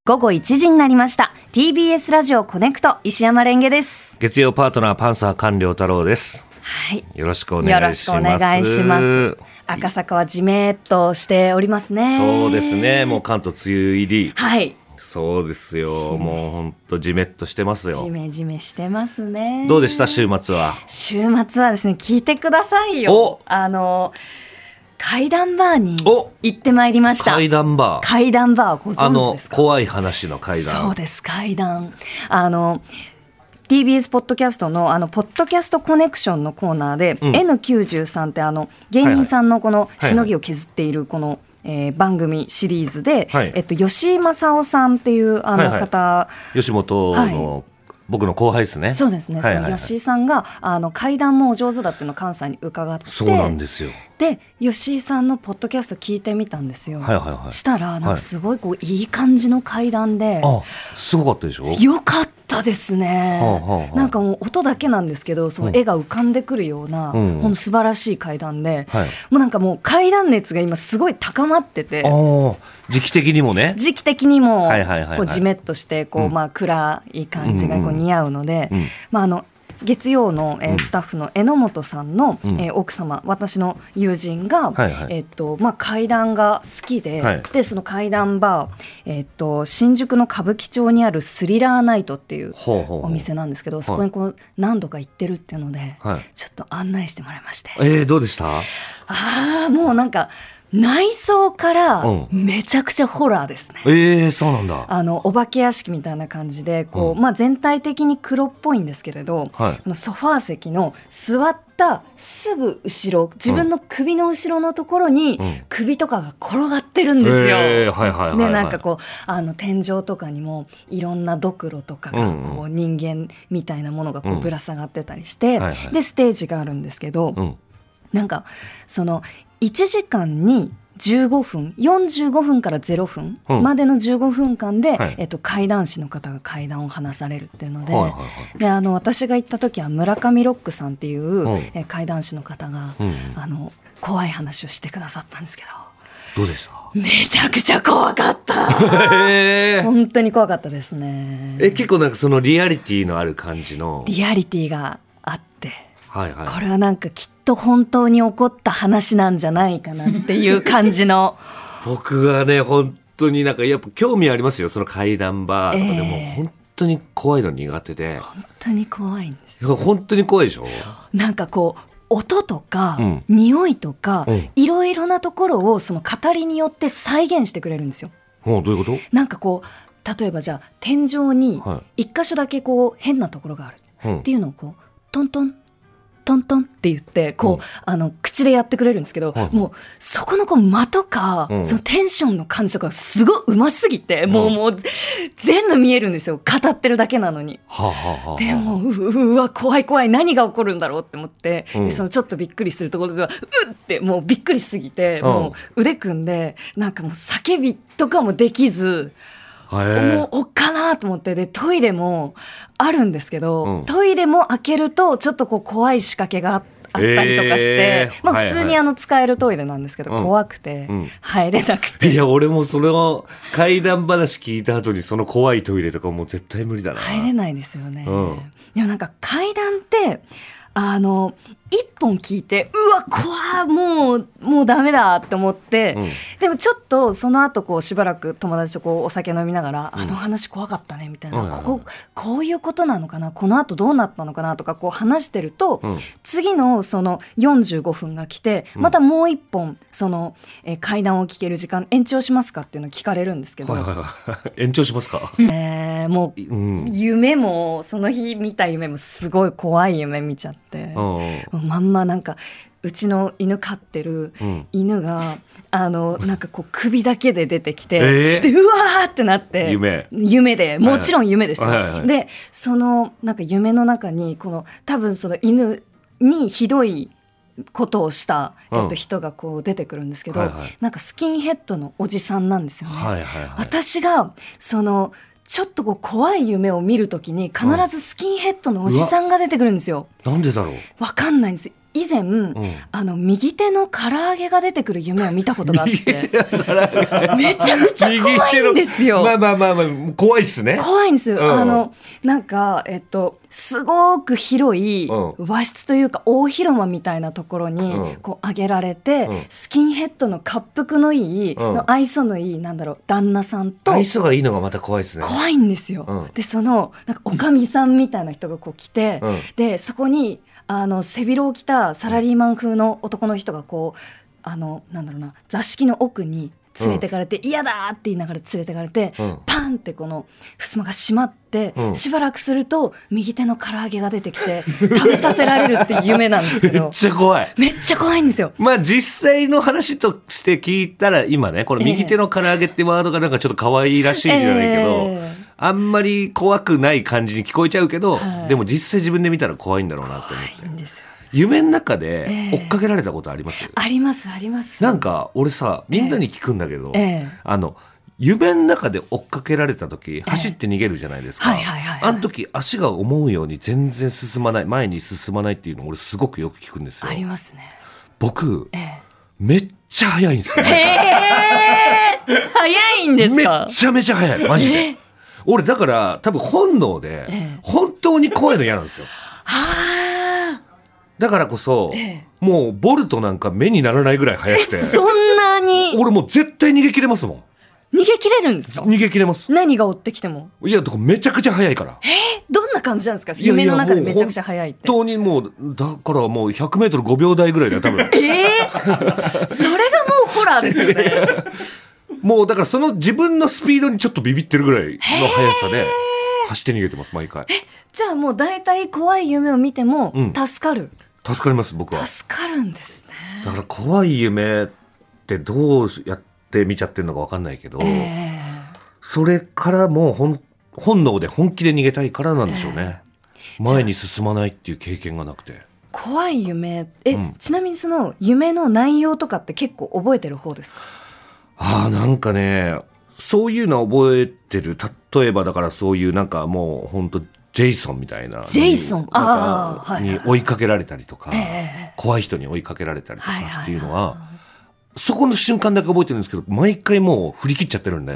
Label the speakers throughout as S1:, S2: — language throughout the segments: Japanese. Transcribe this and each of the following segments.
S1: 午後1時になりました。 TBS ラジオコネクト、石山レンゲです。
S2: 月曜パートナーパンサー官僚太郎です。
S1: はい、
S2: よろしくお願いします。
S1: よろしくお願いします。赤坂はジメッとしておりますね。
S2: そうですね、もう関東梅雨入り。
S1: はい、
S2: そうですよ、もうほんとジメッとしてますよ。
S1: ジメジメしてますね。
S2: どうでした週末は。
S1: 週末はですね、聞いてくださいよ。怪談バーに行ってまいりました。
S2: 怪談バー。
S1: 怪談バーご存知ですか？
S2: 怖い話の怪談。
S1: そうです、怪談。TBS ポッドキャストのポッドキャストコネクションのコーナーで、N93 って芸人さんのこのしのぎを削っているこの番組シリーズで、吉井正夫さんっていう方、
S2: 吉本の、僕の後輩ですね。
S1: そうですね、その吉井さんが怪談もお上手だっていうのを関西に伺って、
S2: そうなんですよ。
S1: で吉井さんのポッドキャスト聞いてみたんですよ。したらなんかすごいいい感じの怪談で、
S2: すごかったでしょ。
S1: よかったですね。なんかもう音だけなんですけど、その絵が浮かんでくるような、ほんと素晴らしい怪談で、もうなんかもう怪談熱が今すごい高まってて、
S2: 時期的にもね、
S1: 時期的にもこうジメッとしてこう、暗い感じがこう似合うので、月曜のスタッフの榎本さんの奥様、私の友人が怪談が好きで、でその怪談バー、新宿の歌舞伎町にあるスリラーナイトっていうお店なんですけど、そこにこう何度か行ってるっていうので、ちょっと案内してもらいまして。
S2: どうでした？
S1: もうなんか内装からめちゃくちゃホラーですね。
S2: そうなんだ。
S1: お化け屋敷みたいな感じでこう、全体的に黒っぽいんですけれど、ソファー席の座ったすぐ後ろ、自分の首の後ろのところに首とかが転がってるんですよ。でなんかこう天井とかにもいろんなドクロとかがこう人間みたいなものがこうぶら下がってたりして、でステージがあるんですけど、なんかその1時間に15分45分から0分までの15分間で、怪談師の方が怪談を話されるっていうので、で私が行った時は村上ロックさんっていう、怪談師の方が、怖い話をしてくださったんですけど、
S2: どうでした？
S1: めちゃくちゃ怖かった本当に怖かったですね。
S2: 結構なんかそのリアリティのある感じの
S1: リアリティがあって、これはなんかきっと本当に起こった話なんじゃないかなっていう感じの
S2: 僕はね本当になんかやっぱ興味ありますよ、その怪談バーとかでも、本当に怖いの苦手で。
S1: 本当に怖いんですよ。
S2: 本当に怖いでしょ。なん
S1: かこう音とか、匂いとか、いろいろなところをその語りによって再現してくれるんですよ。
S2: どういうこと？
S1: なんかこう例えばじゃあ天井に一箇所だけこう変なところがあるっていうのをこうトントントントンって言ってこう、口でやってくれるんですけど、もうそこのこう間とか、そのテンションの感じとかすごいうますぎて、もう全部見えるんですよ、語ってるだけなのに。でもうわ怖い怖い、何が起こるんだろうって思って、でそのちょっとびっくりするところではってもうびっくりしすぎて、もう腕組んでなんかもう叫びとかもできず、もうおっかなと思って、でトイレもあるんですけど、トイレも開けるとちょっとこう怖い仕掛けがあったりとかして、普通に使えるトイレなんですけど、怖くて入れなくて。
S2: いや俺もその怪談話聞いた後にその怖いトイレとかもう絶対無理だな。
S1: 入れないですよね。でもなんか怪談って一本聞いてうわ怖い、もうダメだって思って、でもちょっとその後こうしばらく友達とこうお酒飲みながら、あの話怖かったねみたいな、こういうことなのかな、この後どうなったのかなとかこう話してると、次のその45分が来て、またもう一本その怪談を聞ける時間延長しますかっていうのを聞かれるんですけど、
S2: 延長しますか？
S1: もう、夢もその日見た夢もすごい怖い夢見ちゃって、まんまなんかうちの犬飼ってる犬が、なんかこう首だけで出てきて、でうわーってなって、夢でもちろん夢ですよ、でそのなんか夢の中にこの多分その犬にひどいことをした、人がこう出てくるんですけど、なんかスキンヘッドのおじさんなんですよね。私がそのちょっとこう怖い夢を見るときに必ずスキンヘッドのおじさんが出てくるんですよ。
S2: なんでだろう。
S1: わかんないんです。 以前、右手の唐揚げが出てくる夢を見たことがあってめちゃくちゃ怖いんですよ。
S2: まあ怖いっすね。
S1: 怖いんですよ、なんかすごく広い和室というか大広間みたいなところにこう上げられて、スキンヘッドの恰幅のいい、愛想のいい旦那さんと、
S2: 愛想がいいのがまた怖いですね。
S1: 怖いんですよ、でなんかおかみさんみたいな人がこう来て、でそこに背広を着たサラリーマン風の男の人がこう座敷の奥に連れてかれて、嫌だって言いながら連れてかれて、パンってこの襖が閉まって、しばらくすると右手の唐揚げが出てきて食べさせられるっていう夢なんですけど
S2: めっちゃ怖い。
S1: めっちゃ怖いんですよ。
S2: まあ実際の話として聞いたら今ね、この右手の唐揚げってワードがなんかちょっと可愛いらしいじゃないけど、あんまり怖くない感じに聞こえちゃうけど、でも実際自分で見たら怖いんだろうなって思って。
S1: 怖いんですよ。
S2: 夢の中で追っかけられたことあります？
S1: ありますあります。
S2: なんか俺さ、みんなに聞くんだけど、夢の中で追っかけられた時、走って逃げるじゃないですか。あの時足が思うように全然進まない、前に進まないっていうのを俺すごくよく聞くんですよ。
S1: ありますね。
S2: 僕、めっちゃ速いんですよ。
S1: 速いんですか？
S2: めちゃめちゃ速い、マジで。俺だから多分本能で本当に怖いの嫌なんですよ。だからこそ、もうボルトなんか目にならないぐらい速くて
S1: そんなに
S2: 俺もう絶対逃げ切れますもん。
S1: 逃げ切れるんですか？
S2: 逃げ切れます。
S1: 何が追ってきても。
S2: いやだからめちゃくちゃ速いから。
S1: どんな感じなんですか？夢の中でめちゃくちゃ速いって。
S2: 本当にもうだからもう100メートル5秒台ぐらいだよ多分。
S1: それがもうホラーですよね。
S2: もうだからその自分のスピードにちょっとビビってるぐらいの速さで走って逃げてます毎回。
S1: じゃあもう大体怖い夢を見ても助かる、
S2: 助かります僕は。
S1: 助かるんですね。
S2: だから怖い夢ってどうやって見ちゃってるのか分かんないけど、それからもう本能で本気で逃げたいからなんでしょうね、前に進まないっていう経験がなくて。
S1: 怖い夢ちなみにその夢の内容とかって結構覚えてる方ですか？
S2: なんかねそういうの覚えてる。例えばだからそういうなんかもう本当ジェイソンみたいな
S1: ジェイソン
S2: に追いかけられたりとか、怖い人に追いかけられたりとかっていうのは、そこの瞬間だけ覚えてるんですけど毎回もう振り切っちゃってるんで、だ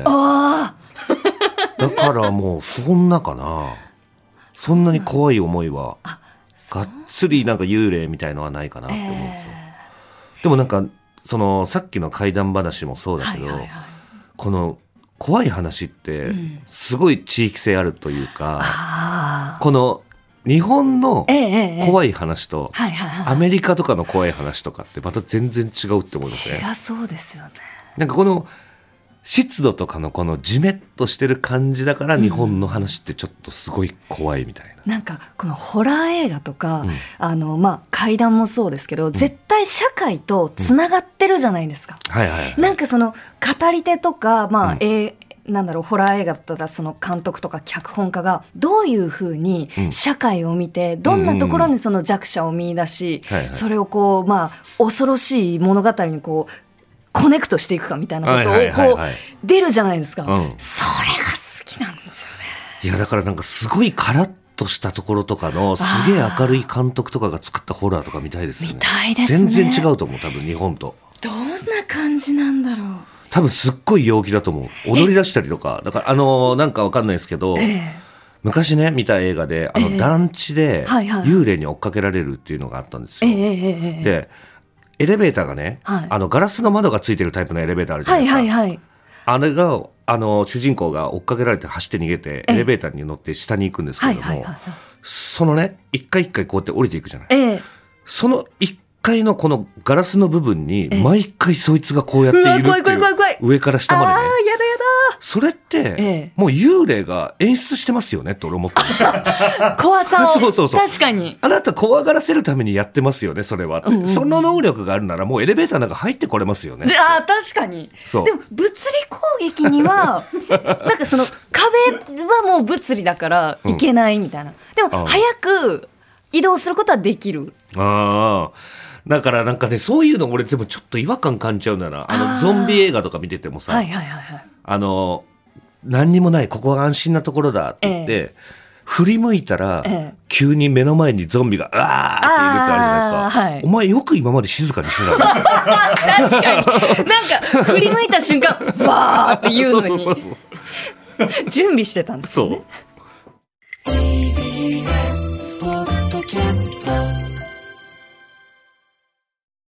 S2: からもうそんなかな、そんなに怖い思いはがっつりなんか幽霊みたいのはないかなって思うんですよ、でもなんかそのさっきの怪談話もそうだけど、この怖い話ってすごい地域性あるというか、この日本の怖い話とアメリカとかの怖い話とかってまた全然違うって思いますね。
S1: 違そうですよね。
S2: なんかこの湿度とかのこのジメッとしてる感じだから日本の話ってちょっとすごい怖いみたいな、
S1: なんかこのホラー映画とか、怪談もそうですけど、絶対社会とつながってるじゃないですか、なんかその語り手とか、なんだろう、ホラー映画だったらその監督とか脚本家がどういうふうに社会を見て、どんなところにその弱者を見出し、それをこう、恐ろしい物語にこうコネクトしていくかみたいなことをこう出るじゃないですか、それが好きなんですよね。
S2: いやだからなんかすごいカラッとしたところとかのすげえ明るい監督とかが作ったホラーとか見たいですね。
S1: 見たいですね。
S2: 全然違うと思う多分日本と。
S1: どんな感じなんだろう。
S2: 多分すっごい陽気だと思う。踊り出したりとか、だからなんかわかんないですけど、昔ね見た映画で団地で幽霊に追っかけられるっていうのがあったんですよ、でエレベーターがね、ガラスの窓がついてるタイプのエレベーターあるじゃないですか、あれが主人公が追っかけられて走って逃げてエレベーターに乗って下に行くんですけれども、そのね一回一回こうやって降りていくじゃない、その一回のこのガラスの部分に毎回そいつがこうやっているっていう上から下までね、
S1: やだやだ。
S2: それって、もう幽霊が演出してますよねって俺思ってる
S1: 怖さを
S2: そう
S1: 確かに
S2: あなた怖がらせるためにやってますよねそれは、その能力があるならもうエレベーターなんか入ってこれますよね。
S1: 確かに。でも物理攻撃にはなんかその壁はもう物理だからいけないみたいな、でも早く移動することはできる。
S2: だからなんかねそういうの俺でもちょっと違和感感じちゃうんだな。ゾンビ映画とか見ててもさ、何にもないここは安心なところだって言って、 振り向いたら、急に目の前にゾンビがうわーっているってあるじゃないですか、はい、お前よく今まで静かにしてたの
S1: 確かになんか振り向いた瞬間わーって言うのに準備してたんですよね。